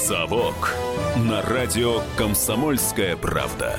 «Совок» на радио «Комсомольская правда».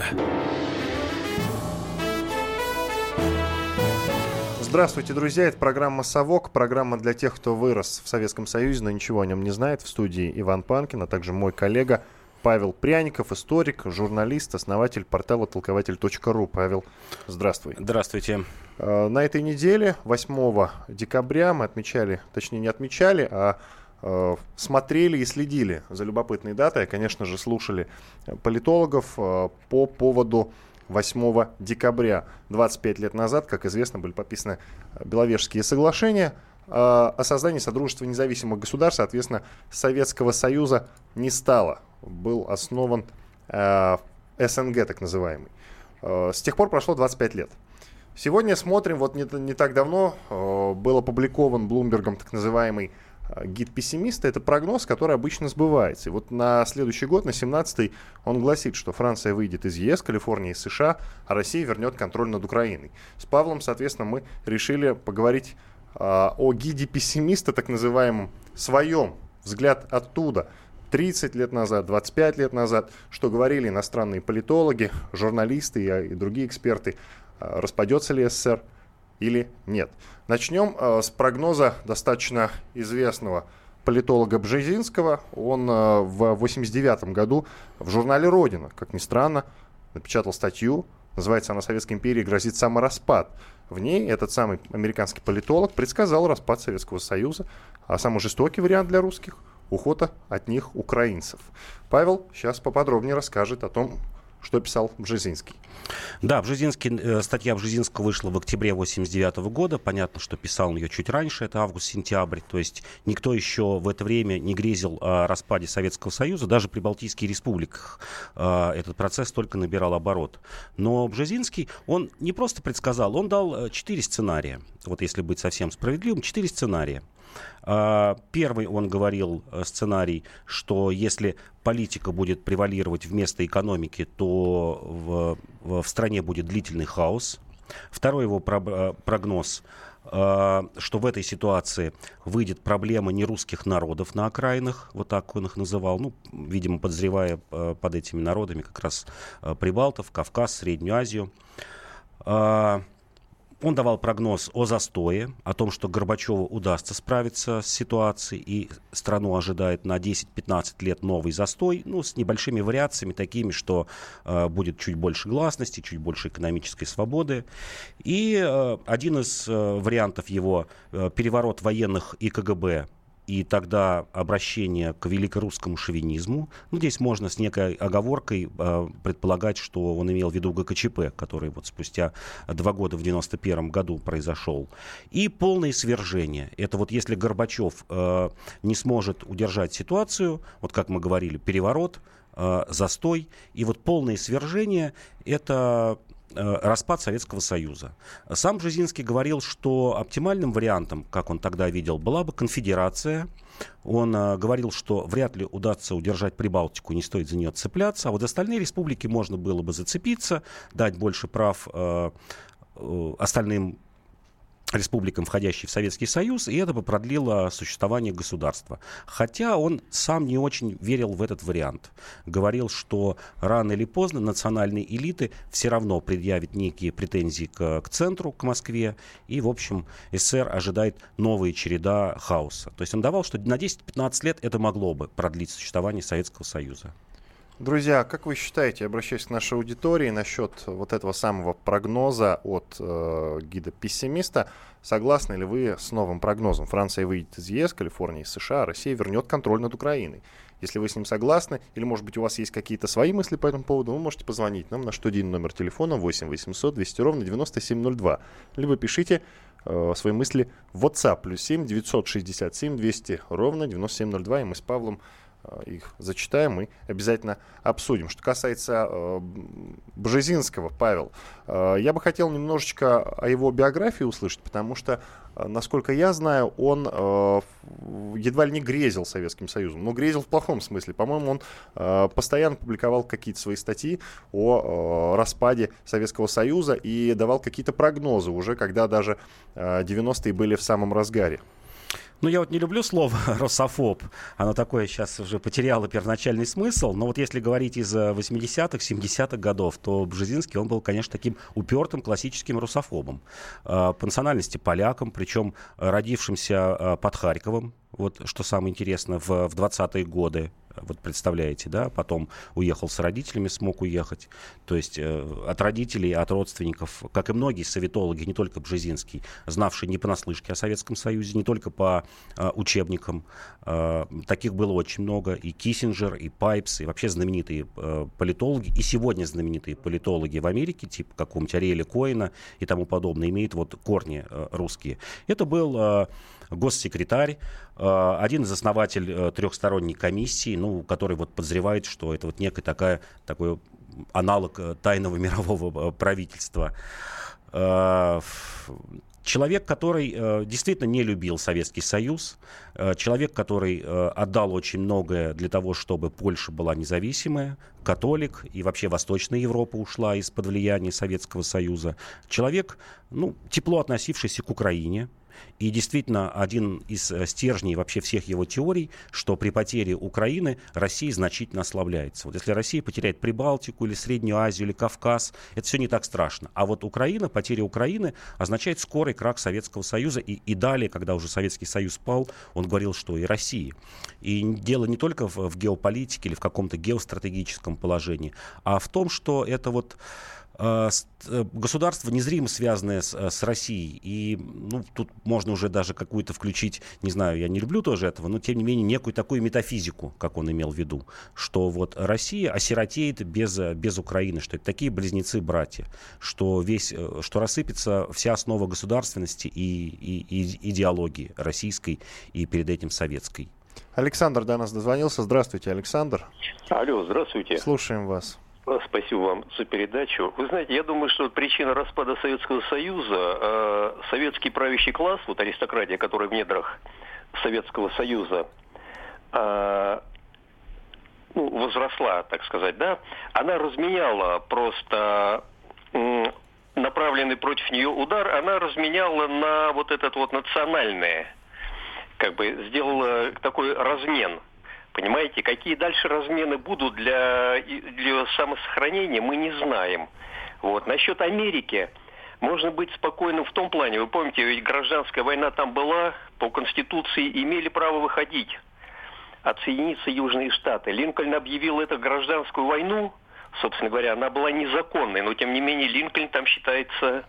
Здравствуйте, друзья. Это программа «Совок», программа для тех, кто вырос в Советском Союзе, но ничего о нем не знает. В студии Иван Панкин, а также мой коллега Павел Пряников, историк, журналист, основатель портала толкователь.ру. Павел, здравствуй. Здравствуйте. На этой неделе, 8 декабря, мы отмечали, точнее не отмечали, а смотрели и следили за любопытной датой, конечно же, слушали политологов по поводу 8 декабря. 25 лет назад, как известно, были подписаны Беловежские соглашения о создании Содружества независимых государств. Соответственно, Советского Союза не стало. Был основан СНГ, так называемый. С тех пор прошло 25 лет. Сегодня смотрим, вот не так давно был опубликован Блумбергом так называемый гид пессимиста. Это прогноз, который обычно сбывается. И вот на следующий год, на 17-й, он гласит, что Франция выйдет из ЕС, Калифорния из США, а Россия вернет контроль над Украиной. С Павлом, соответственно, мы решили поговорить о гиде пессимиста, так называемом, своем, взгляд оттуда. 30 лет назад, 25 лет назад, что говорили иностранные политологи, журналисты и другие эксперты, распадется ли СССР или нет. Начнем с прогноза достаточно известного политолога Бжезинского. Он в 1989 году в журнале «Родина», как ни странно, напечатал статью, называется она «Советской империи грозит самораспад». В ней этот самый американский политолог предсказал распад Советского Союза, а самый жестокий вариант для русских – уход от них украинцев. Павел сейчас поподробнее расскажет о том, что писал Бжезинский. Да, статья Бжезинского вышла в октябре 1989 года. Понятно, что писал он ее чуть раньше, это август-сентябрь. То есть никто еще в это время не грезил о распаде Советского Союза. Даже при Балтийских республиках этот процесс только набирал оборот. Но Бжезинский, он не просто предсказал, он дал 4 сценария. Вот если быть совсем справедливым, 4 сценария. Первый, он говорил, сценарий, что если политика будет превалировать вместо экономики, то в стране будет длительный хаос. Второй его прогноз, что в этой ситуации выйдет проблема нерусских народов на окраинах, вот так он их называл, видимо, подозревая под этими народами как раз Прибалтов, Кавказ, Среднюю Азию. Он давал прогноз о застое, о том, что Горбачеву удастся справиться с ситуацией, и страну ожидает на 10-15 лет новый застой, с небольшими вариациями, такими, что будет чуть больше гласности, чуть больше экономической свободы. И один из вариантов его переворот военных и КГБ, и тогда обращение к великорусскому шовинизму. Здесь можно с некой оговоркой предполагать, что он имел в виду ГКЧП, который вот спустя 2 года в 1991 году произошел. И полное свержение. Это вот если Горбачев не сможет удержать ситуацию, вот как мы говорили, переворот, застой, и вот полное свержение — это распад Советского Союза. Сам Бжезинский говорил, что оптимальным вариантом, как он тогда видел, была бы конфедерация. Он говорил, что вряд ли удастся удержать Прибалтику, не стоит за нее цепляться, а вот остальные республики можно было бы зацепиться, дать больше прав остальным республикам, входящим в Советский Союз, и это бы продлило существование государства. Хотя он сам не очень верил в этот вариант. Говорил, что рано или поздно национальные элиты все равно предъявят некие претензии к центру, к Москве, и, в общем, СССР ожидает новая череда хаоса. То есть он давал, что на 10-15 лет это могло бы продлить существование Советского Союза. Друзья, как вы считаете, обращаясь к нашей аудитории, насчет вот этого самого прогноза от гида пессимиста, согласны ли вы с новым прогнозом? Франция выйдет из ЕС, Калифорния из США, Россия вернет контроль над Украиной. Если вы с ним согласны, или, может быть, у вас есть какие-то свои мысли по этому поводу, вы можете позвонить нам на студийный номер телефона 8 800 200 ровно 9702. Либо пишите свои мысли в WhatsApp +7 967 200 ровно 9702, и мы с Павлом их зачитаем и обязательно обсудим. Что касается Бжезинского, Павел, я бы хотел немножечко о его биографии услышать, потому что, насколько я знаю, он едва ли не грезил Советским Союзом, но грезил в плохом смысле. По-моему, он постоянно публиковал какие-то свои статьи о распаде Советского Союза и давал какие-то прогнозы уже, когда даже 90-е были в самом разгаре. Ну, я вот не люблю слово «русофоб». Оно такое сейчас уже потеряло первоначальный смысл. Но вот если говорить из 80-х, 70-х годов, то Бжезинский, он был, конечно, таким упертым классическим русофобом. По национальности поляком, причем родившимся под Харьковом. Вот что самое интересное, в 20-е годы. Вот представляете, да, потом уехал с родителями, смог уехать. То есть от родителей, от родственников, как и многие советологи, не только Бжезинский, знавшие не понаслышке о Советском Союзе, не только по учебникам. Таких было очень много. И Киссинджер, и Пайпс, и вообще знаменитые политологи, и сегодня знаменитые политологи в Америке, типа какого-нибудь Ариэля Коэна и тому подобное, имеют вот корни русские. Это был госсекретарь, один из основателей трехсторонней комиссии, ну, который вот подозревает, что это вот некий такой аналог тайного мирового правительства. Человек, который действительно не любил Советский Союз, человек, который отдал очень многое для того, чтобы Польша была независимая, католик, и вообще Восточная Европа ушла из-под влияния Советского Союза. Человек, ну, тепло относившийся к Украине. И действительно, один из стержней вообще всех его теорий, что при потере Украины Россия значительно ослабляется. Вот если Россия потеряет Прибалтику или Среднюю Азию или Кавказ, это все не так страшно. А вот Украина, потеря Украины означает скорый крах Советского Союза. И далее, когда уже Советский Союз пал, он говорил, что и России. И дело не только в геополитике или в каком-то геостратегическом положении, а в том, что это вот государство незримо связанное с Россией. И ну, тут можно уже даже какую-то включить, не знаю, я не люблю тоже этого, но тем не менее некую такую метафизику, как он имел в виду, что вот Россия осиротеет без Украины, что это такие близнецы-братья, что рассыпется вся основа государственности и идеологии российской и перед этим советской. Александр до нас дозвонился. Здравствуйте, Александр. Алло, здравствуйте. Слушаем вас. Спасибо вам за передачу. Вы знаете, я думаю, что причина распада Советского Союза, советский правящий класс, вот аристократия, которая в недрах Советского Союза, возросла, так сказать, да, она разменяла просто направленный против нее удар, она разменяла на вот этот вот национальное, как бы сделала такой размен. Понимаете, какие дальше размены будут для самосохранения, мы не знаем. Вот. Насчет Америки можно быть спокойным в том плане. Вы помните, ведь гражданская война там была, по Конституции имели право выходить, отсоединиться Южные Штаты. Линкольн объявил эту гражданскую войну, собственно говоря, она была незаконной, но тем не менее Линкольн там считается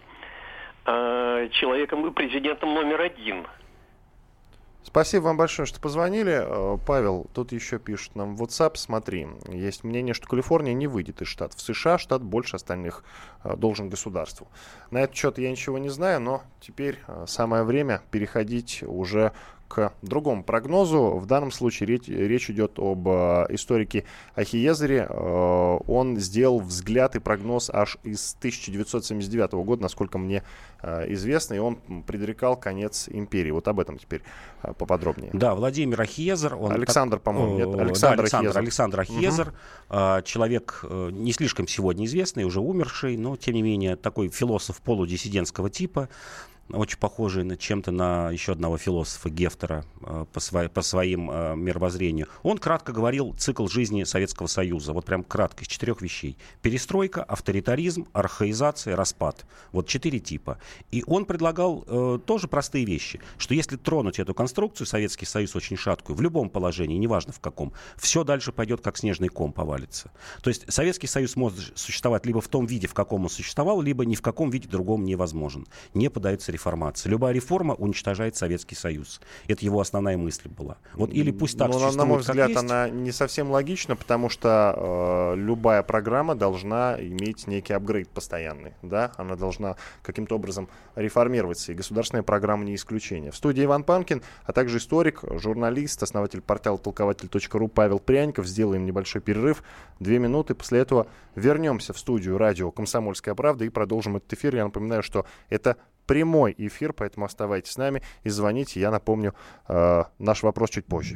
человеком, президентом номер один. Спасибо вам большое, что позвонили. Павел, тут еще пишет нам в WhatsApp, смотри, есть мнение, что Калифорния не выйдет из штатов. В США штат больше остальных должен государству. На этот счет я ничего не знаю, но теперь самое время переходить уже к другому прогнозу. В данном случае речь идет об историке Ахиезере. Он сделал взгляд и прогноз аж из 1979 года, насколько мне известно, и он предрекал конец империи. Вот об этом теперь поподробнее. Да, Владимир Ахиезер. Александр, по-моему, нет? Александр Ахиезер. Человек не слишком сегодня известный, уже умерший, но, тем не менее, такой философ полудиссидентского типа, очень похожий чем-то на еще одного философа Гефтера по своим мировоззрению. Он кратко говорил цикл жизни Советского Союза. Вот прям кратко, из 4 вещей. Перестройка, авторитаризм, архаизация, распад. Вот 4 типа. И он предлагал тоже простые вещи. Что если тронуть эту конструкцию, Советский Союз очень шаткую, в любом положении, неважно в каком, все дальше пойдет как снежный ком повалится. То есть Советский Союз может существовать либо в том виде, в каком он существовал, либо ни в каком виде другом невозможен. Не поддается реформации. Любая реформа уничтожает Советский Союз. Это его основная мысль была. Вот или пусть так существует, на мой взгляд, есть. она не совсем логична, потому что любая программа должна иметь некий апгрейд постоянный. Да? Она должна каким-то образом реформироваться, и государственная программа не исключение. В студии Иван Панкин, а также историк, журналист, основатель портала толкователь.ру Павел Пряников. Сделаем небольшой перерыв, 2 минуты. После этого вернемся в студию радио «Комсомольская правда» и продолжим этот эфир. Я напоминаю, что это прямой эфир, поэтому оставайтесь с нами и звоните. Я напомню наш вопрос чуть позже.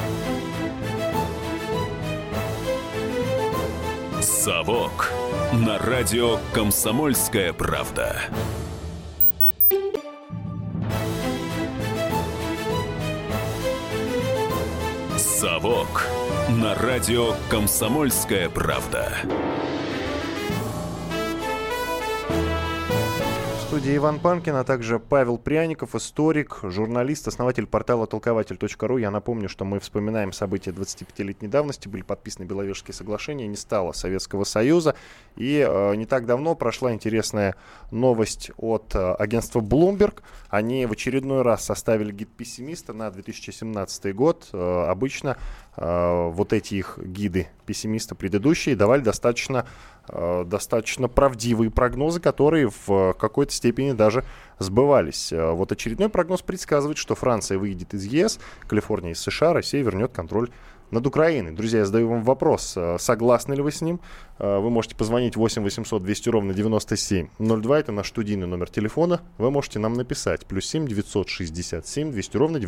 «Совок» на радио «Комсомольская правда». «Совок» на радио «Комсомольская правда». В студии Иван Панкин, а также Павел Пряников, историк, журналист, основатель портала толкователь.ру. Я напомню, что мы вспоминаем события 25-летней давности. Были подписаны Беловежские соглашения, не стало Советского Союза. И не так давно прошла интересная новость от агентства Bloomberg. Они в очередной раз составили гид пессимиста на 2017 год. Обычно вот эти их гиды пессимиста предыдущие давали достаточно правдивые прогнозы, которые в какой-то степени даже сбывались. Вот очередной прогноз предсказывает, что Франция выйдет из ЕС, Калифорния из США, Россия вернет контроль над Украиной. Друзья, я задаю вам вопрос, согласны ли вы с ним? Вы можете позвонить 8 800 200 ровно 9702, это наш студийный номер телефона. Вы можете нам написать +7 967 200 ровно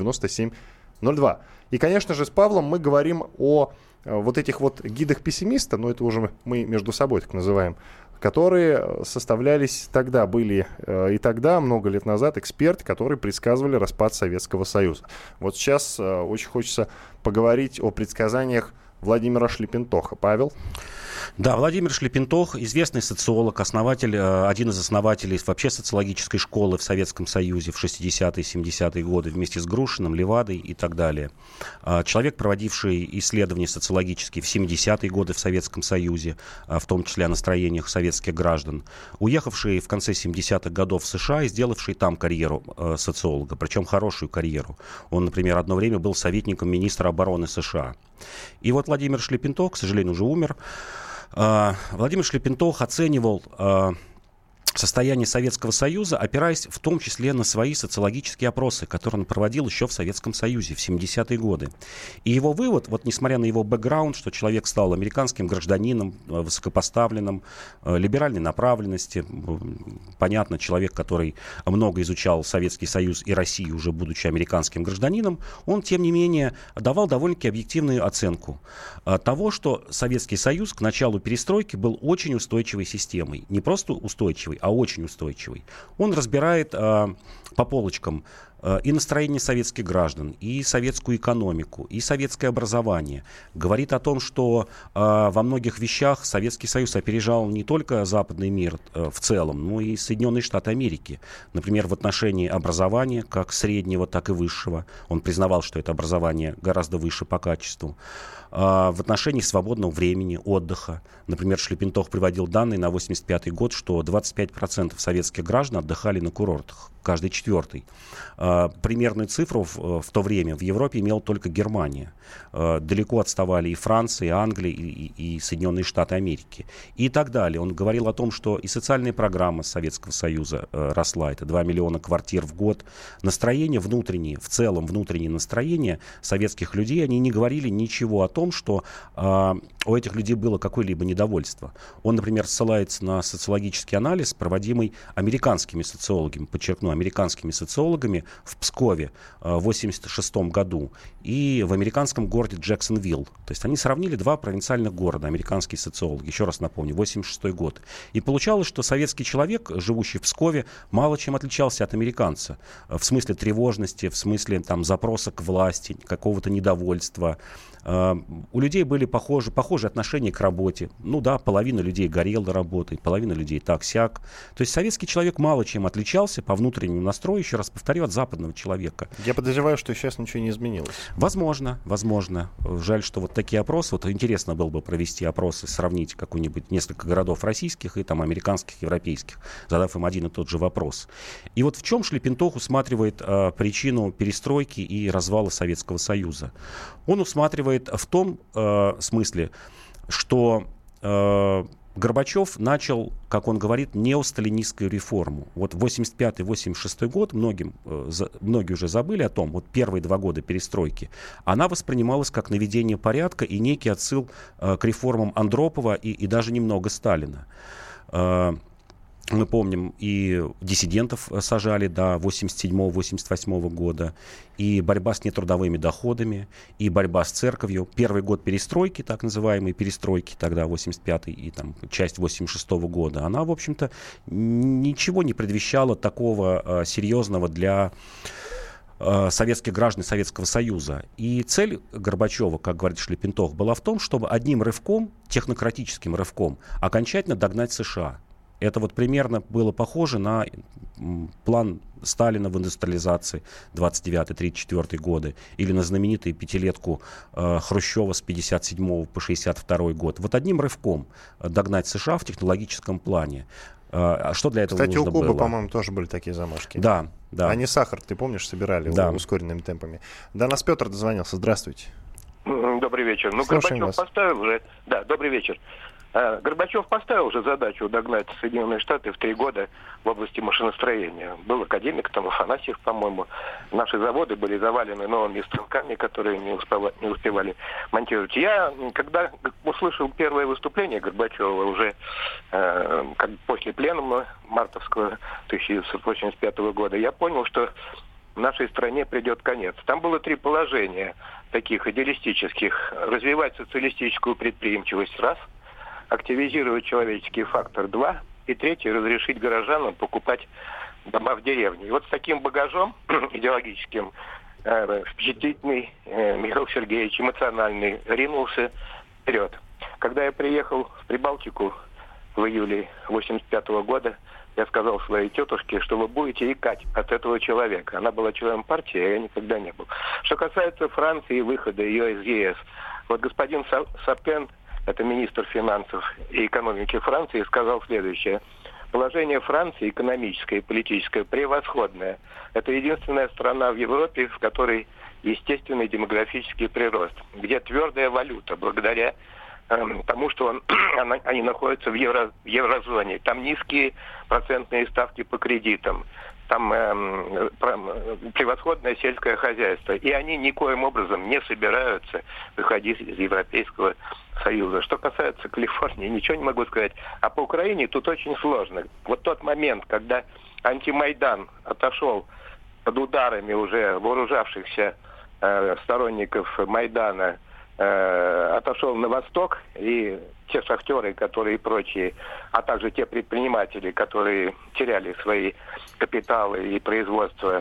9702. И, конечно же, с Павлом мы говорим о вот этих вот гидах пессимиста, но это уже мы между собой так называем, которые составлялись тогда, были и тогда, много лет назад, эксперты, которые предсказывали распад Советского Союза. Вот сейчас очень хочется поговорить о предсказаниях Владимира Шлепентоха. Павел? Да, Владимир Шлепентох, известный социолог, один из основателей вообще социологической школы в Советском Союзе в 60-е, 70-е годы вместе с Грушиным, Левадой и так далее. Человек, проводивший исследования социологические в 70-е годы в Советском Союзе, в том числе о настроениях советских граждан, уехавший в конце 70-х годов в США и сделавший там карьеру социолога, причем хорошую карьеру. Он, например, одно время был советником министра обороны США. И вот Владимир Шлепентох, к сожалению, уже умер. Владимир Шлепентох оценивал состояние Советского Союза, опираясь в том числе на свои социологические опросы, которые он проводил еще в Советском Союзе в 70-е годы. И его вывод, вот несмотря на его бэкграунд, что человек стал американским гражданином, высокопоставленным, либеральной направленности, понятно, человек, который много изучал Советский Союз и Россию, уже будучи американским гражданином, он, тем не менее, давал довольно-таки объективную оценку того, что Советский Союз к началу перестройки был очень устойчивой системой. Не просто устойчивой, а очень устойчивый. Он разбирает по полочкам и настроение советских граждан, и советскую экономику, и советское образование. Говорит о том, что во многих вещах Советский Союз опережал не только западный мир в целом, но и Соединенные Штаты Америки. Например, в отношении образования, как среднего, так и высшего. Он признавал, что это образование гораздо выше по качеству. В отношении свободного времени, отдыха. Например, Шлепентох приводил данные на 1985 год, что 25% советских граждан отдыхали на курортах, каждый четвертый. Примерную цифру в то время в Европе имела только Германия. Далеко отставали и Франция, и Англия, и Соединенные Штаты Америки. И так далее. Он говорил о том, что и социальная программа Советского Союза росла. Это 2 миллиона квартир в год. Настроение внутреннее, в целом внутреннее настроение советских людей, они не говорили ничего о том, что у этих людей было какое-либо недовольство. Он, например, ссылается на социологический анализ, проводимый американскими социологами, подчеркну, американскими социологами в Пскове в 1986 году и в американском городе Джексонвилл. То есть они сравнили два провинциальных города, американские социологи, еще раз напомню, 1986 год. И получалось, что советский человек, живущий в Пскове, мало чем отличался от американца. В смысле тревожности, в смысле там, запроса к власти, какого-то недовольства. У людей были похожие отношения к работе. Ну да, половина людей горела работой, половина людей так-сяк. То есть советский человек мало чем отличался по внутреннему настрою, еще раз повторю, от западного человека. Я подозреваю, что сейчас ничего не изменилось. Возможно. Жаль, что вот такие опросы, вот интересно было бы провести опросы, сравнить какой-нибудь несколько городов российских и там американских, европейских, задав им один и тот же вопрос. И вот в чем Шлепентох усматривает причину перестройки и развала Советского Союза? Он усматривает в том смысле, что Горбачев начал, как он говорит, неосталинистскую реформу. Вот 85-86 год, многие уже забыли о том, вот первые 2 года перестройки, она воспринималась как наведение порядка и некий отсыл к реформам Андропова и даже немного Сталина. Мы помним, и диссидентов сажали до 87-88 года, и борьба с нетрудовыми доходами, и борьба с церковью. Первый год перестройки, так называемой перестройки, тогда 85-й и там, часть 86-го года, она, в общем-то, ничего не предвещала такого серьезного для советских граждан Советского Союза. И цель Горбачева, как говорит Шлепентов, была в том, чтобы одним рывком, технократическим рывком, окончательно догнать США. Это вот примерно было похоже на план Сталина в индустриализации 29-34 годы или на знаменитую пятилетку Хрущева с 57 по 62 год. Вот одним рывком догнать США в технологическом плане. Что для этого нужно было? Кстати, у Кубы, было? по-моему, тоже были такие замашки. Да, да. Они сахар, ты помнишь, собирали ускоренными темпами. До нас Петр дозвонился. Здравствуйте. Добрый вечер. Горбачев поставил уже... Да, добрый вечер. Горбачев поставил уже задачу догнать Соединенные Штаты в 3 года в области машиностроения. Был академик, там Афанасьев, по-моему. Наши заводы были завалены новыми станками, которые не успевали монтировать. Я, когда услышал первое выступление Горбачева уже как после пленума мартовского 1985 года, я понял, что в нашей стране придет конец. Там было 3 положения таких идеалистических. Развивать социалистическую предприимчивость, раз. Активизировать человеческий фактор, 2. И 3. Разрешить горожанам покупать дома в деревне. И вот с таким багажом идеологическим впечатлительный Михаил Сергеевич, эмоциональный, ринулся вперед. Когда я приехал в Прибалтику в июле 1985 года, я сказал своей тетушке, что вы будете икать от этого человека. Она была членом партии, а я никогда не был. Что касается Франции и выхода ее из ЕС, вот господин Сапен, это министр финансов и экономики Франции, сказал следующее. Положение Франции экономическое и политическое превосходное. Это единственная страна в Европе, в которой естественный демографический прирост, где твердая валюта, благодаря тому, что они находятся в еврозоне. Там низкие процентные ставки по кредитам. Там превосходное сельское хозяйство. И они никоим образом не собираются выходить из Европейского Союза. Что касается Калифорнии, ничего не могу сказать. А по Украине тут очень сложно. Вот тот момент, когда антимайдан отошел под ударами уже вооружавшихся сторонников Майдана, отошел на восток, и те шахтеры, которые и прочие, а также те предприниматели, которые теряли свои капиталы и производство,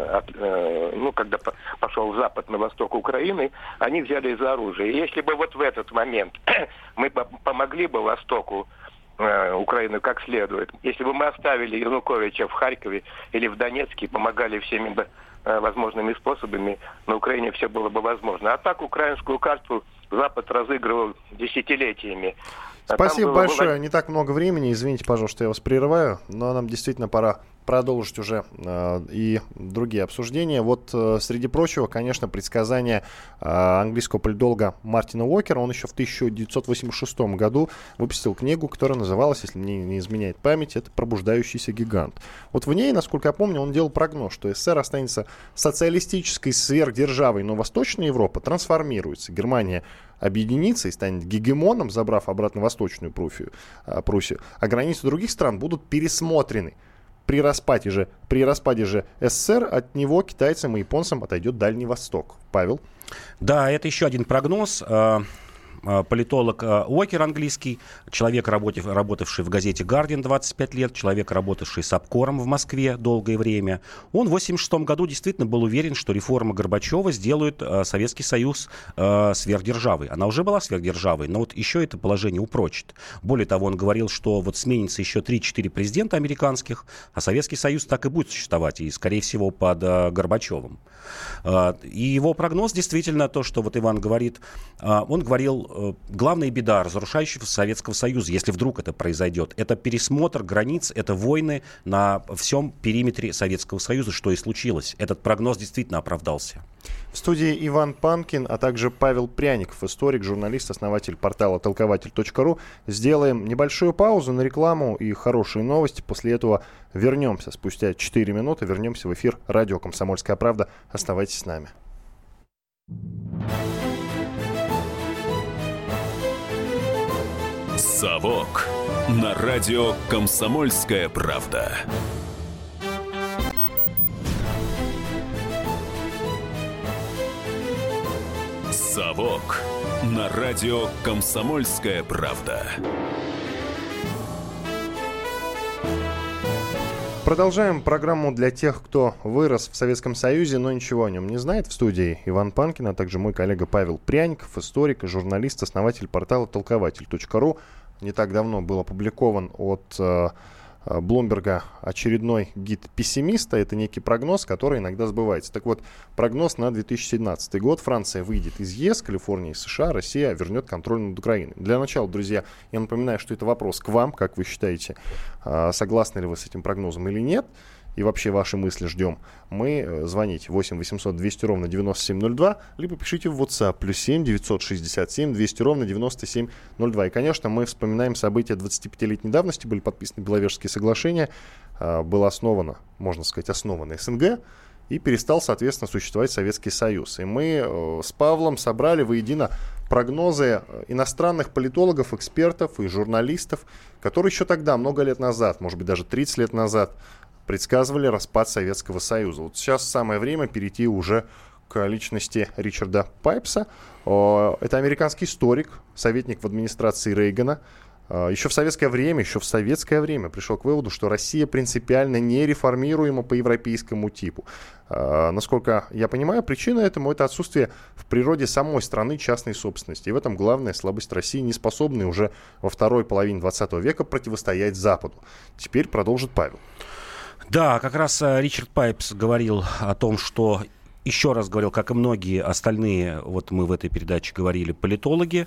когда пошел в запад, на восток Украины, они взяли за оружие. И если бы вот в этот момент мы помогли бы Востоку Украины как следует, если бы мы оставили Януковича в Харькове или в Донецке, помогали всеми бы возможными способами, на Украине все было бы возможно. А так украинскую карту Запад разыгрывал десятилетиями. Спасибо большое. Не так много времени. Извините, пожалуйста, что я вас прерываю, но нам действительно пора продолжить уже и другие обсуждения. Вот, среди прочего, конечно, предсказания английского политолога Мартина Уокера. Он еще в 1986 году выпустил книгу, которая называлась, если мне не изменяет память, это «Пробуждающийся гигант». Вот в ней, насколько я помню, он делал прогноз, что СССР останется социалистической сверхдержавой, но Восточная Европа трансформируется. Германия объединится и станет гегемоном, забрав обратно Восточную Пруссию, а границы других стран будут пересмотрены. При распаде же СССР от него китайцам и японцам отойдет Дальний Восток. Павел? Да, это еще один прогноз. Политолог Уокер английский, человек, работавший в газете «Гардиан» 25 лет, человек, работавший с обкором в Москве долгое время. Он в 1986 году действительно был уверен, что реформа Горбачева сделают Советский Союз сверхдержавой. Она уже была сверхдержавой, но вот еще это положение упрочит. Более того, он говорил, что вот сменится еще 3-4 президента американских, а Советский Союз так и будет существовать, и, скорее всего, под Горбачевым. И его прогноз действительно то, что вот Иван говорит, он говорил, главная беда разрушающего Советского Союза, если вдруг это произойдет, это пересмотр границ, это войны на всем периметре Советского Союза, что и случилось. Этот прогноз действительно оправдался. В студии Иван Панкин, а также Павел Пряников, историк, журналист, основатель портала толкователь.ру. Сделаем небольшую паузу на рекламу и хорошие новости. После этого вернемся. Спустя 4 минуты вернемся в эфир радио «Комсомольская правда». Оставайтесь с нами. «Совок» на радио «Комсомольская правда». «Совок» на радио «Комсомольская правда». Продолжаем программу для тех, кто вырос в Советском Союзе, но ничего о нем не знает. В студии Иван Панкин, а также мой коллега Павел Пряников, историк, журналист, основатель портала толкователь.ру. Не так давно был опубликован от Блумберга очередной гид пессимиста. Это некий прогноз, который иногда сбывается. Так вот, прогноз на 2017 год. Франция выйдет из ЕС, Калифорния из США, Россия вернет контроль над Украиной. Для начала, друзья, я напоминаю, что это вопрос к вам. Как вы считаете, согласны ли вы с этим прогнозом или нет? И вообще ваши мысли ждем. Мы звоните 8 800 200 ровно 9702, либо пишите в WhatsApp +7 967 200 ровно 9702. И, конечно, мы вспоминаем события 25-летней давности. Были подписаны Беловежские соглашения. Было основано, можно сказать, основано СНГ. И перестал, соответственно, существовать Советский Союз. И мы с Павлом собрали воедино прогнозы иностранных политологов, экспертов и журналистов, которые еще тогда, много лет назад, может быть, даже 30 лет назад, предсказывали распад Советского Союза. Вот сейчас самое время перейти уже к личности Ричарда Пайпса. Это американский историк, советник в администрации Рейгана. Еще в советское время пришел к выводу, что Россия принципиально нереформируема по европейскому типу. Насколько я понимаю, причина этому — это отсутствие в природе самой страны частной собственности. И в этом главная слабость России, не способной уже во второй половине 20 века противостоять Западу. Теперь продолжит Павел. Да, как раз Ричард Пайпс говорил о том, что, еще раз говорил, как и многие остальные, вот мы в этой передаче говорили, политологи,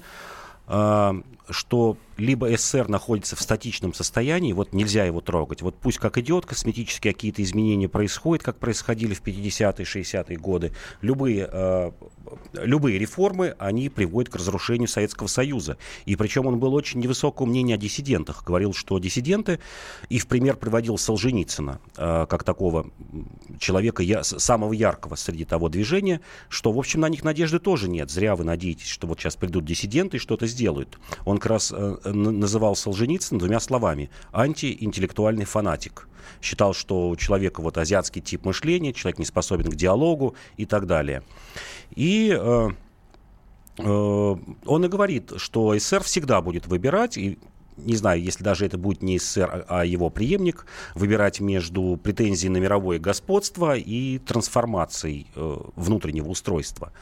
что либо СССР находится в статичном состоянии, вот нельзя его трогать, вот пусть как идет, косметические какие-то изменения происходят, как происходили в 50-е, 60-е годы, любые реформы, они приводят к разрушению Советского Союза. И причем он был очень невысокого мнения о диссидентах. Говорил, что диссиденты, и в пример приводил Солженицына, как такого человека, самого яркого среди того движения, что, в общем, на них надежды тоже нет. Зря вы надеетесь, что вот сейчас придут диссиденты и что-то сделают. Он как раз называл Солженицына двумя словами: антиинтеллектуальный фанатик. Считал, что у человека вот азиатский тип мышления, человек не способен к диалогу и так далее. И он и говорит, что СССР всегда будет выбирать, и не знаю, если даже это будет не СССР, а его преемник, выбирать между претензией на мировое господство и трансформацией внутреннего устройства.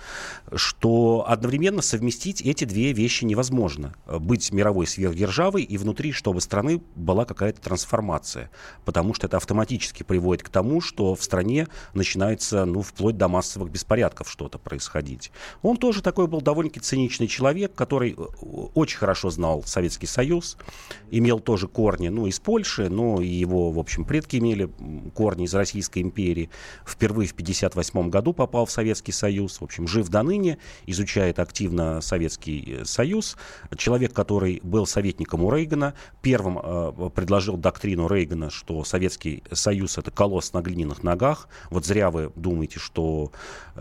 Что одновременно совместить эти две вещи невозможно. Быть мировой сверхдержавой и внутри, чтобы страны была какая-то трансформация. Потому что это автоматически приводит к тому, что в стране начинается, вплоть до массовых беспорядков что-то происходить. Он тоже такой был довольно-таки циничный человек, который очень хорошо знал Советский Союз, имел тоже корни, из Польши, и его, в общем, предки имели корни из Российской империи. Впервые в 1958 году попал в Советский Союз. В общем, жив до ныне, изучает активно Советский Союз. Человек, который был советником у Рейгана, первым предложил доктрину Рейгана, что Советский Союз — это колосс на глиняных ногах. Вот зря вы думаете, что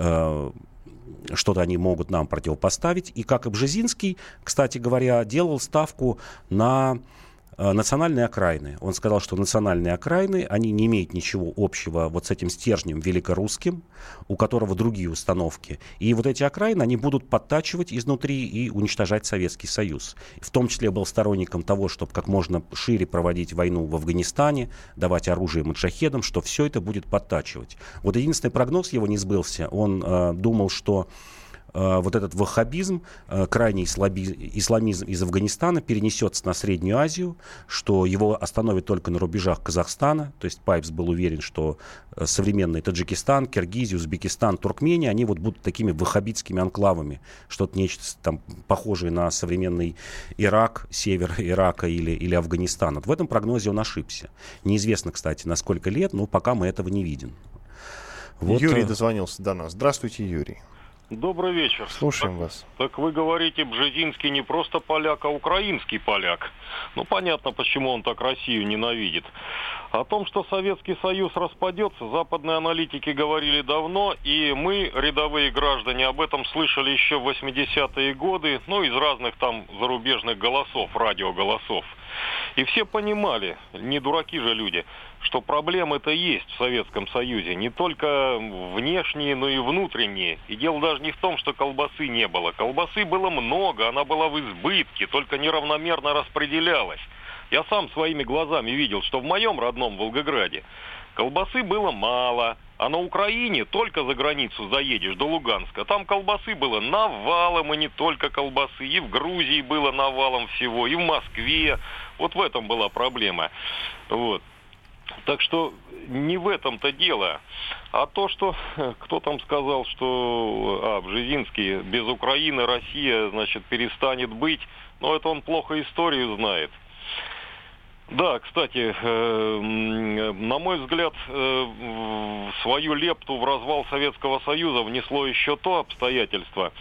что-то они могут нам противопоставить. И как и Бжезинский, кстати говоря, делал ставку на национальные окраины. Он сказал, что национальные окраины, они не имеют ничего общего вот с этим стержнем великорусским, у которого другие установки. И вот эти окраины, они будут подтачивать изнутри и уничтожать Советский Союз. В том числе был сторонником того, чтобы как можно шире проводить войну в Афганистане, давать оружие маджахедам, что все это будет подтачивать. Вот единственный прогноз его не сбылся. Он думал, что вот этот ваххабизм, крайний исламизм из Афганистана перенесется на Среднюю Азию, что его остановят только на рубежах Казахстана. То есть Пайпс был уверен, что современный Таджикистан, Киргизия, Узбекистан, Туркмения, они вот будут такими ваххабитскими анклавами. Что-то нечто там похожее на современный Ирак, север Ирака или Афганистан. Вот в этом прогнозе он ошибся. Неизвестно, кстати, на сколько лет, но пока мы этого не видим. Вот. Юрий дозвонился до нас. Здравствуйте, Юрий. Добрый вечер. Слушаем вас. Так вы говорите, Бжезинский не просто поляк, а украинский поляк. Понятно, почему он так Россию ненавидит. О том, что Советский Союз распадется, западные аналитики говорили давно, и мы, рядовые граждане, об этом слышали еще в 80-е годы, из разных там зарубежных голосов, радиоголосов. И все понимали, не дураки же люди, что проблемы-то есть в Советском Союзе, не только внешние, но и внутренние. И дело даже не в том, что колбасы не было. Колбасы было много, она была в избытке, только неравномерно распределялась. Я сам своими глазами видел, что в моем родном Волгограде колбасы было мало, а на Украине только за границу заедешь, до Луганска. Там колбасы было навалом, и не только колбасы. И в Грузии было навалом всего, и в Москве. Вот в этом была проблема. Вот. Так что не в этом-то дело. А то, что кто там сказал, что Бжезинский, без Украины Россия, значит, перестанет быть, но это он плохо историю знает. Да, кстати, на мой взгляд, свою лепту в развал Советского Союза внесло еще то обстоятельство,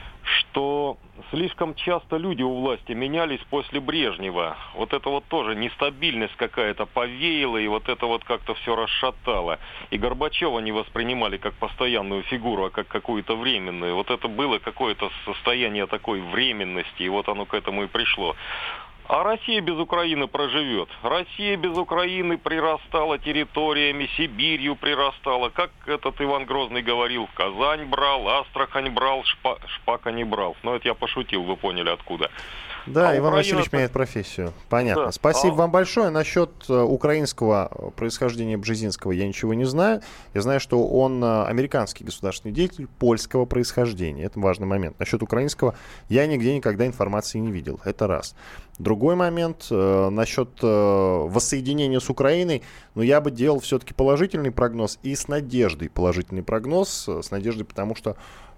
что слишком часто люди у власти менялись после Брежнева. Вот это вот тоже нестабильность какая-то повеяла, и вот это вот как-то все расшатало. И Горбачева не воспринимали как постоянную фигуру, а как какую-то временную. Вот это было какое-то состояние такой временности, и вот оно к этому и пришло. А Россия без Украины проживет. Россия без Украины прирастала территориями, Сибирью прирастала. Как этот Иван Грозный говорил, Казань брал, Астрахань брал, Шпака не брал. Но это я пошутил, вы поняли откуда. Да, Иван Васильевич меняет профессию. Понятно. Да. Спасибо вам большое. Насчет украинского происхождения Бжезинского я ничего не знаю. Я знаю, что он американский государственный деятель польского происхождения. Это важный момент. Насчет украинского я нигде никогда информации не видел. Это раз. Другой момент насчет воссоединения с Украиной. Но я бы делал все-таки положительный прогноз и с надеждой положительный прогноз. С надеждой, потому что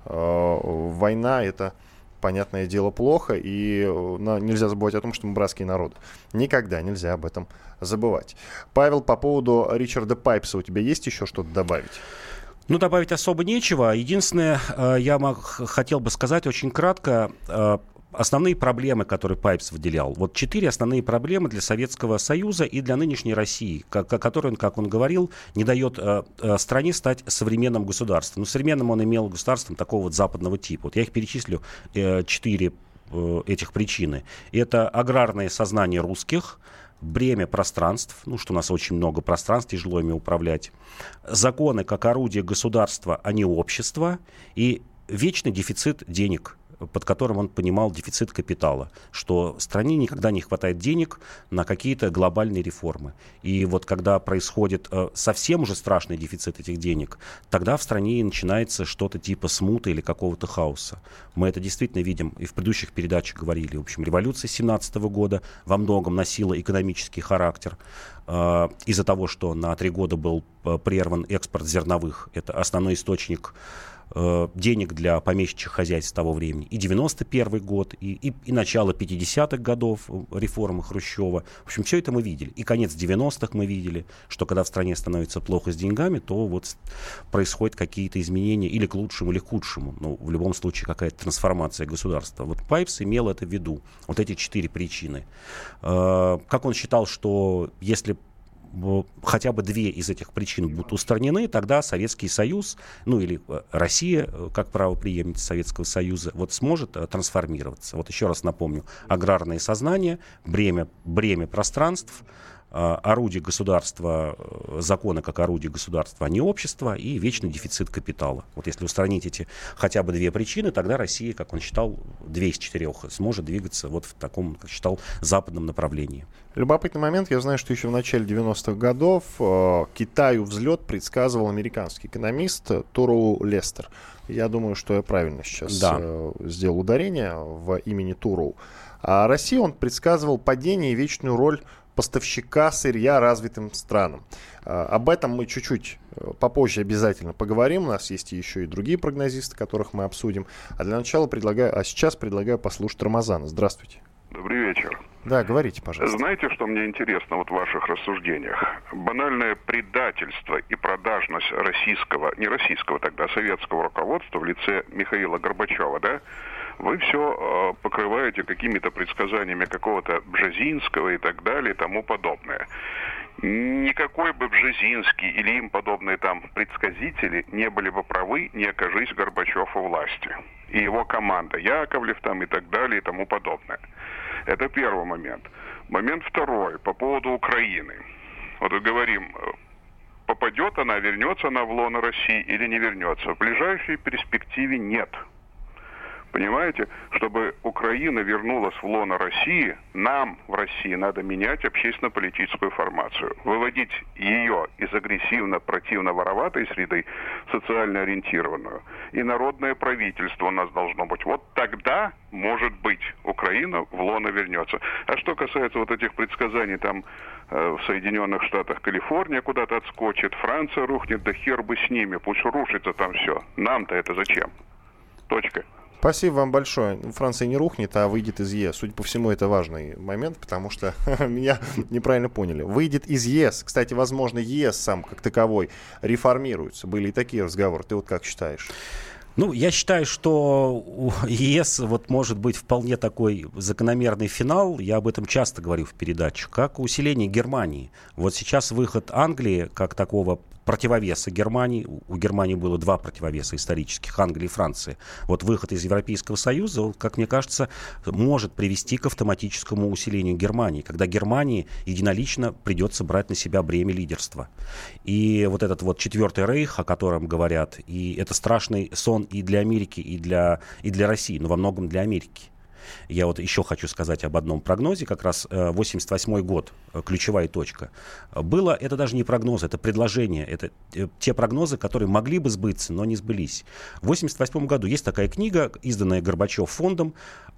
война — это, понятное дело, плохо, и нельзя забывать о том, что мы братские народы. Никогда нельзя об этом забывать. Павел, по поводу Ричарда Пайпса у тебя есть еще что-то добавить? Ну, добавить особо нечего. Единственное, я хотел бы сказать очень кратко, основные проблемы, которые Пайпс выделял. Вот 4 основные проблемы для Советского Союза и для нынешней России, которые, как он говорил, не дает стране стать современным государством. Но современным он имел государством такого вот западного типа. Вот я их перечислю, 4 этих причины. Это аграрное сознание русских, бремя пространств, что у нас очень много пространств, тяжело ими управлять, законы как орудие государства, а не общества, и вечный дефицит денег, под которым он понимал дефицит капитала, что стране никогда не хватает денег на какие-то глобальные реформы. И вот когда происходит совсем уже страшный дефицит этих денег, тогда в стране начинается что-то типа смуты или какого-то хаоса. Мы это действительно видим и в предыдущих передачах говорили. В общем, революция 1917 года во многом носила экономический характер. Из-за того, что на 3 года был прерван экспорт зерновых, это основной источник денег для помещичьих хозяйств того времени. И 91 год, и начало 50-х годов реформы Хрущева. В общем, все это мы видели. И конец 90-х мы видели, что когда в стране становится плохо с деньгами, то вот происходят какие-то изменения или к лучшему, или к худшему. Но в любом случае какая-то трансформация государства. Вот Пайпс имел это в виду. Вот эти 4 причины. Как он считал, что если хотя бы 2 из этих причин будут устранены, тогда Советский Союз, или Россия, как правопреемница Советского Союза, вот сможет трансформироваться. Вот еще раз напомню, аграрное сознание, бремя пространств, орудие государства, законы как орудие государства, а не общества, и вечный дефицит капитала. Вот если устранить эти хотя бы 2 причины, тогда Россия, как он считал, 2 из 4 сможет двигаться вот в таком, как считал, западном направлении. Любопытный момент. Я знаю, что еще в начале 90-х годов Китаю взлет предсказывал американский экономист Туроу Лестер. Я думаю, что я правильно сейчас сделал ударение в имени Туроу. А России он предсказывал падение и вечную роль поставщика сырья развитым странам. Об этом мы чуть-чуть попозже обязательно поговорим. У нас есть еще и другие прогнозисты, которых мы обсудим. А для начала сейчас предлагаю послушать Рамазана. Здравствуйте. Добрый вечер. Да, говорите, пожалуйста. Знаете, что мне интересно вот в ваших рассуждениях? Банальное предательство и продажность советского руководства в лице Михаила Горбачева, да? Вы все покрываете какими-то предсказаниями какого-то Бжезинского и так далее и тому подобное. Никакой бы Бжезинский или им подобные там предсказители не были бы правы, не окажись Горбачев у власти. И его команда, Яковлев там и так далее и тому подобное. Это первый момент. Момент второй, по поводу Украины. Вот мы говорим, попадет она, вернется она в лоно России или не вернется. В ближайшей перспективе нет. Понимаете, чтобы Украина вернулась в лоно России, нам в России надо менять общественно-политическую формацию, выводить ее из агрессивно-противно-вороватой среды в социально ориентированную. И народное правительство у нас должно быть. Вот тогда, может быть, Украина в лоно вернется. А что касается вот этих предсказаний, там в Соединенных Штатах Калифорния куда-то отскочит, Франция рухнет, да хер бы с ними, пусть рушится там все. Нам-то это зачем? Точка. Спасибо вам большое. Франция не рухнет, а выйдет из ЕС. Судя по всему, это важный момент, потому что меня неправильно поняли. Выйдет из ЕС. Кстати, возможно, ЕС сам как таковой реформируется. Были и такие разговоры. Ты вот как считаешь? Ну, я считаю, что у ЕС вот может быть вполне такой закономерный финал, я об этом часто говорю в передачах, как усиление Германии. Вот сейчас выход Англии как такого противовеса Германии, у Германии было два противовеса исторических, Англия и Франция. Вот выход из Европейского Союза, как мне кажется, может привести к автоматическому усилению Германии, когда Германии единолично придется брать на себя бремя лидерства. И вот этот вот Четвертый Рейх, о котором говорят, и это страшный сон и для Америки, и для России, но во многом для Америки. Я вот еще хочу сказать об одном прогнозе, как раз 88 год, ключевая точка. Было, это даже не прогнозы, это предложения, это те прогнозы, которые могли бы сбыться, но не сбылись. В 88 году есть такая книга, изданная Горбачев фондом,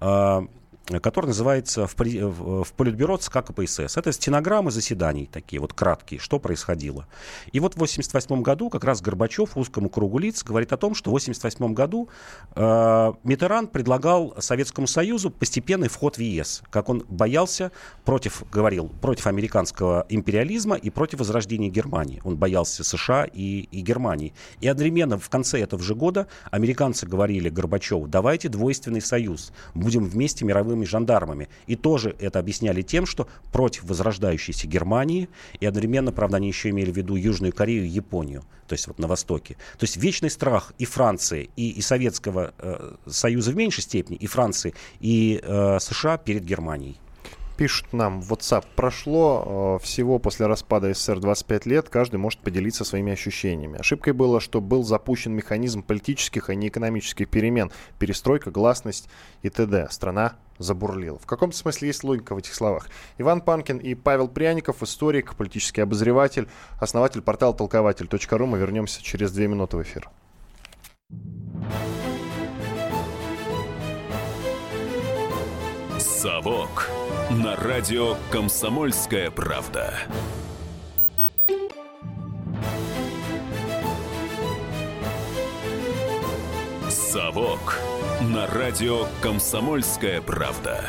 который называется «В Политбюро ЦК КПСС». Это стенограммы заседаний такие вот краткие, что происходило. И вот в 1988 году как раз Горбачев узкому кругу лиц говорит о том, что в 1988 году Миттеран предлагал Советскому Союзу постепенный вход в ЕС, как он боялся, говорил против американского империализма и против возрождения Германии. Он боялся США и Германии. И одновременно в конце этого же года американцы говорили Горбачеву: давайте двойственный союз, будем вместе мировыми жандармами. И тоже это объясняли тем, что против возрождающейся Германии, и одновременно, правда, они еще имели в виду Южную Корею и Японию, то есть вот на Востоке. То есть вечный страх и Франции, и Советского Союза в меньшей степени, и Франции, и США перед Германией. Пишут нам в WhatsApp: прошло всего после распада СССР 25 лет, каждый может поделиться своими ощущениями. Ошибкой было, что был запущен механизм политических, а не экономических перемен, перестройка, гласность и т.д. Страна забурлила. В каком-то смысле есть логика в этих словах. Иван Панкин и Павел Пряников, историк, политический обозреватель, основатель портала толкователь.ру. Мы вернемся через 2 минуты в эфир. «Совок» на радио «Комсомольская правда». «Совок» на радио «Комсомольская правда».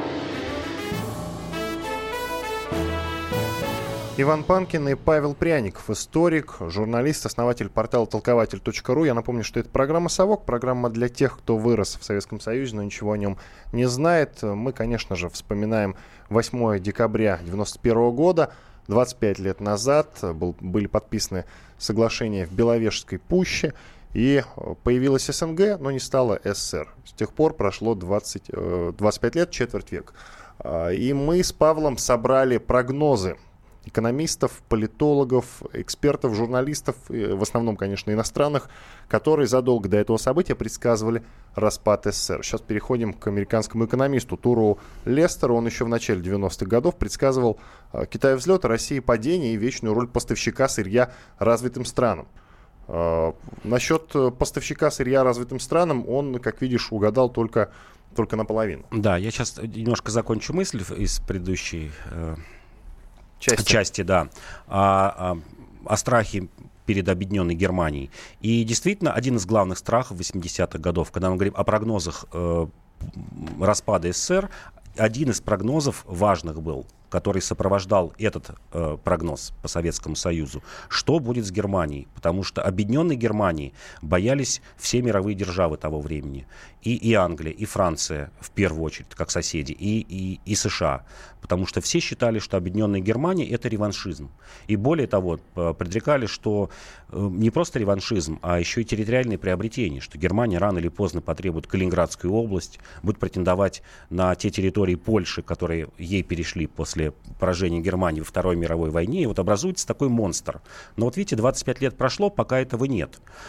Иван Панкин и Павел Пряников, историк, журналист, основатель портала толкователь.ру. Я напомню, что это программа «Совок», программа для тех, кто вырос в Советском Союзе, но ничего о нем не знает. Мы, конечно же, вспоминаем 8 декабря 1991 года. 25 лет назад были подписаны соглашения в Беловежской пуще, и появилась СНГ, но не стало СССР. С тех пор прошло 25 лет, четверть века. И мы с Павлом собрали прогнозы экономистов, политологов, экспертов, журналистов, в основном, конечно, иностранных, которые задолго до этого события предсказывали распад СССР. Сейчас переходим к американскому экономисту Туру Лестеру. Он еще в начале 90-х годов предсказывал Китаю взлет, России падение и вечную роль поставщика сырья развитым странам. Насчет поставщика сырья развитым странам он, как видишь, угадал только наполовину. Да, я сейчас немножко закончу мысль из предыдущей части, да, о страхе перед объединенной Германией. И действительно, один из главных страхов 80-х годов, когда мы говорим о прогнозах распада СССР, один из прогнозов важных был, который сопровождал этот прогноз по Советскому Союзу, что будет с Германией. Потому что объединенной Германии боялись все мировые державы того времени. И Англия, и Франция, в первую очередь, как соседи, и США. Потому что все считали, что объединенная Германия — это реваншизм. И более того, предрекали, что не просто реваншизм, а еще и территориальные приобретения, что Германия рано или поздно потребует Калининградскую область, будет претендовать на те территории Польши, которые ей перешли после поражения Германии во Второй мировой войне, и вот образуется такой монстр. Но вот видите, 25 лет прошло, пока этого нет.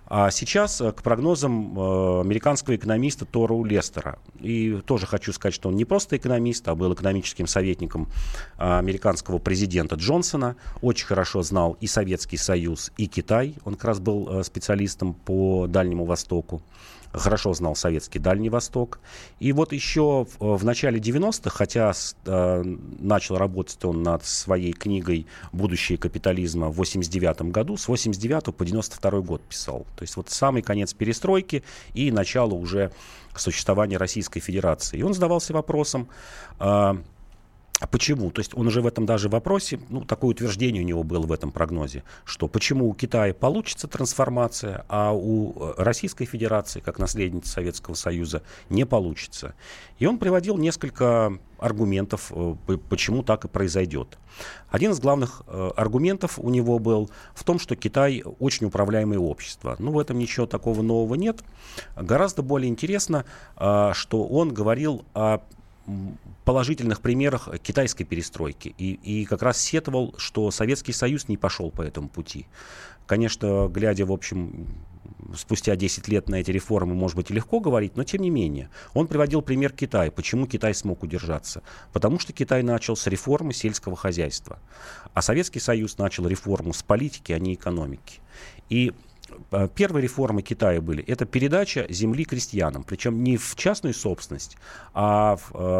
А сейчас к прогнозам американского экономиста Тору Лестера. И тоже хочу сказать, что он не просто экономист, а был экономическим советником американского президента Джонсона. Очень хорошо знал и Советский Союз, и Китай. Он как раз был специалистом по Дальнему Востоку. Хорошо знал советский Дальний Восток. И вот еще в начале 90-х, хотя начал работать он над своей книгой «Будущее капитализма» в 89 году, с 89 по 92 год писал. То есть вот самый конец перестройки и начало уже существования Российской Федерации. И он задавался вопросом, почему? То есть он уже в этом даже вопросе, такое утверждение у него было в этом прогнозе, что почему у Китая получится трансформация, а у Российской Федерации, как наследницы Советского Союза, не получится. И он приводил несколько аргументов, почему так и произойдет. Один из главных аргументов у него был в том, что Китай очень управляемое общество. В этом ничего такого нового нет. Гораздо более интересно, что он говорил о положительных примерах китайской перестройки и как раз сетовал, что Советский Союз не пошел по этому пути. Конечно, глядя, в общем, спустя 10 лет на эти реформы, может быть, и легко говорить, но тем не менее. Он приводил пример Китая. Почему Китай смог удержаться? Потому что Китай начал с реформы сельского хозяйства, а Советский Союз начал реформу с политики, а не экономики. И первые реформы Китая были, это передача земли крестьянам, причем не в частную собственность, а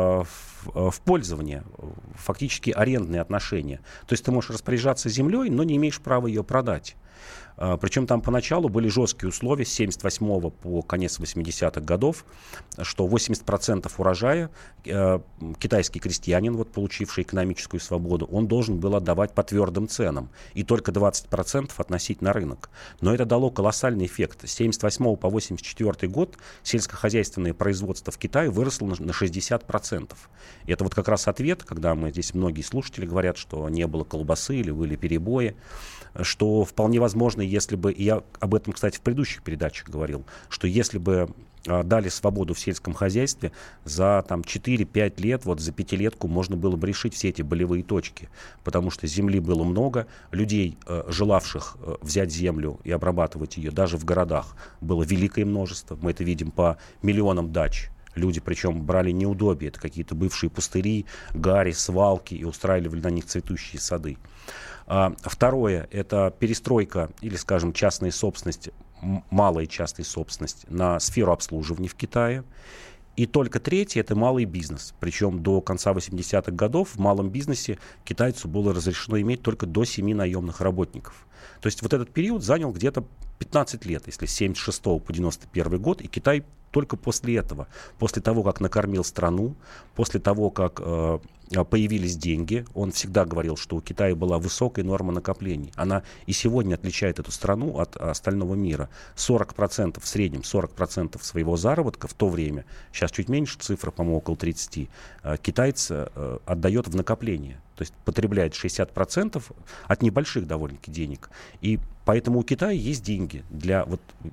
в пользование, фактически арендные отношения. То есть ты можешь распоряжаться землей, но не имеешь права ее продать. Причем там поначалу были жесткие условия с 78 по конец 80-х годов, что 80% урожая китайский крестьянин, получивший экономическую свободу, он должен был отдавать по твердым ценам, и только 20% относить на рынок. Но это дало колоссальный эффект. С 78 по 84 год сельскохозяйственное производство в Китае выросло на 60%. И это как раз ответ, когда здесь многие слушатели говорят, что не было колбасы или были перебои, что вполне возможно, если бы, и я об этом, кстати, в предыдущих передачах говорил, что если бы дали свободу в сельском хозяйстве, за 4-5 лет, за пятилетку можно было бы решить все эти болевые точки, потому что земли было много, людей, желавших взять землю и обрабатывать ее, даже в городах, было великое множество, мы это видим по миллионам дач. Люди, причем, брали неудобья, это какие-то бывшие пустыри, гари, свалки, и устраивали на них цветущие сады. Второе, это перестройка или, скажем, частная собственность, малая частная собственность на сферу обслуживания в Китае. И только третье, это малый бизнес. Причем до конца 80-х годов в малом бизнесе китайцу было разрешено иметь только до 7 наемных работников. То есть этот период занял где-то 15 лет, если с 76 по 91 год, и Китай только после этого, после того, как накормил страну, после того, как появились деньги, он всегда говорил, что у Китая была высокая норма накоплений. Она и сегодня отличает эту страну от остального мира. 40% в среднем, 40% своего заработка в то время, сейчас чуть меньше цифра, по-моему, около 30%, китаец отдает в накопление. То есть потребляет 60% от небольших довольно-таки денег. И поэтому у Китая есть деньги для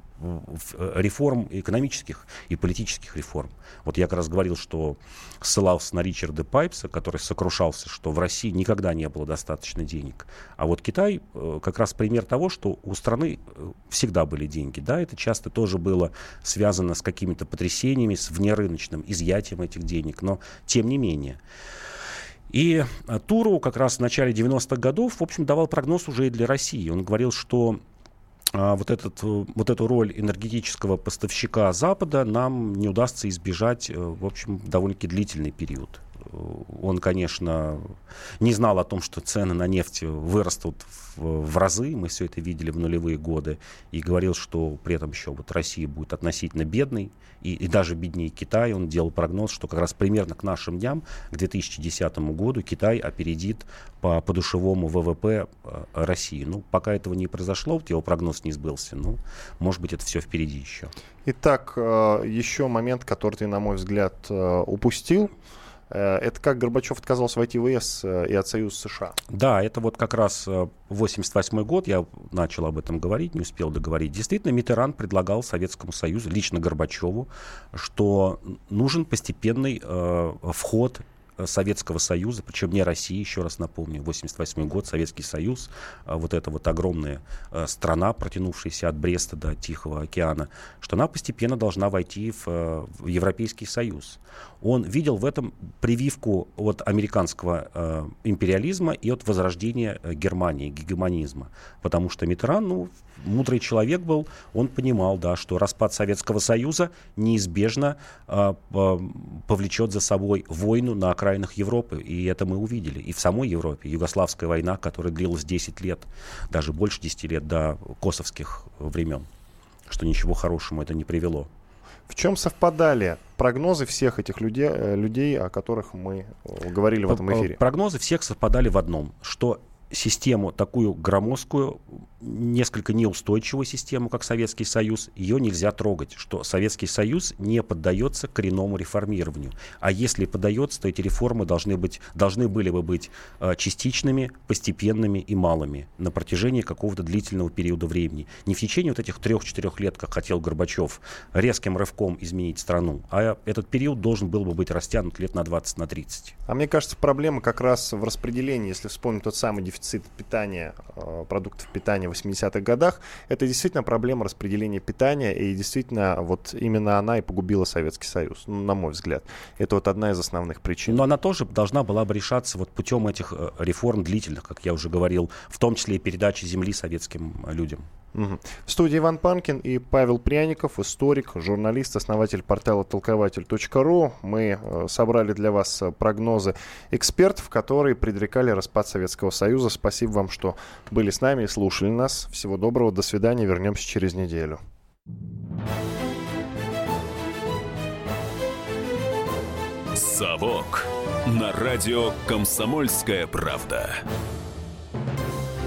реформ экономических и политических реформ. Я как раз говорил, что ссылался на Ричарда Пайпса, который сокрушался, что в России никогда не было достаточно денег. А Китай как раз пример того, что у страны всегда были деньги. Да, это часто тоже было связано с какими-то потрясениями, с внерыночным изъятием этих денег, но тем не менее. И Туру как раз в начале 90-х годов, в общем, давал прогноз уже и для России. Он говорил, что эту роль энергетического поставщика Запада нам не удастся избежать, в общем, довольно-таки длительный период. Он, конечно, не знал о том, что цены на нефть вырастут в разы. Мы все это видели в нулевые годы. И говорил, что при этом еще Россия будет относительно бедной. И даже беднее Китая. Он делал прогноз, что как раз примерно к нашим дням, к 2010 году, Китай опередит по подушевому ВВП России. Пока этого не произошло, его прогноз не сбылся. Может быть, это все впереди еще. Итак, еще момент, который ты, на мой взгляд, упустил. Это как Горбачев отказался войти в ЕС и от Союза США. Да, это как раз 1988 год, я начал об этом говорить, не успел договорить. Действительно, Миттеран предлагал Советскому Союзу, лично Горбачеву, что нужен постепенный вход Советского Союза, причем не России, еще раз напомню, 88 год, Советский Союз, вот эта вот огромная страна, протянувшаяся от Бреста до Тихого океана, что она постепенно должна войти в Европейский Союз. Он видел в этом прививку от американского империализма и от возрождения Германии, гегемонизма. Потому что Миттеран, мудрый человек был, он понимал, да, что распад Советского Союза неизбежно повлечет за собой войну на окраинах Европы. И это мы увидели. И в самой Европе. Югославская война, которая длилась 10 лет, даже больше 10 лет до косовских времен. Что ничего хорошему это не привело. В чем совпадали прогнозы всех этих людей, о которых мы говорили в этом эфире? Прогнозы всех совпадали в одном, что систему такую громоздкую, несколько неустойчивую систему, как Советский Союз, ее нельзя трогать, что Советский Союз не поддается коренному реформированию. А если поддается, то эти реформы должны были бы быть частичными, постепенными и малыми на протяжении какого-то длительного периода времени. Не в течение вот этих 3-4 лет, как хотел Горбачев, резким рывком изменить страну, а этот период должен был бы быть растянут лет на 20-30. А мне кажется, проблема как раз в распределении, если вспомнить тот самый дефицит питания, продуктов питания в 80-х годах, это действительно проблема распределения питания, и действительно вот именно она и погубила Советский Союз, на мой взгляд. Это вот одна из основных причин. Но она тоже должна была бы решаться вот путем этих реформ длительных, как я уже говорил, в том числе и передачи земли советским людям. Угу. В студии Иван Панкин и Павел Пряников, историк, журналист, основатель портала толкователь.ру. Мы собрали для вас прогнозы экспертов, которые предрекали распад Советского Союза. Спасибо вам, что были с нами и слушали нас. Всего доброго, до свидания, вернемся через неделю. «Совок» на радио «Комсомольская правда».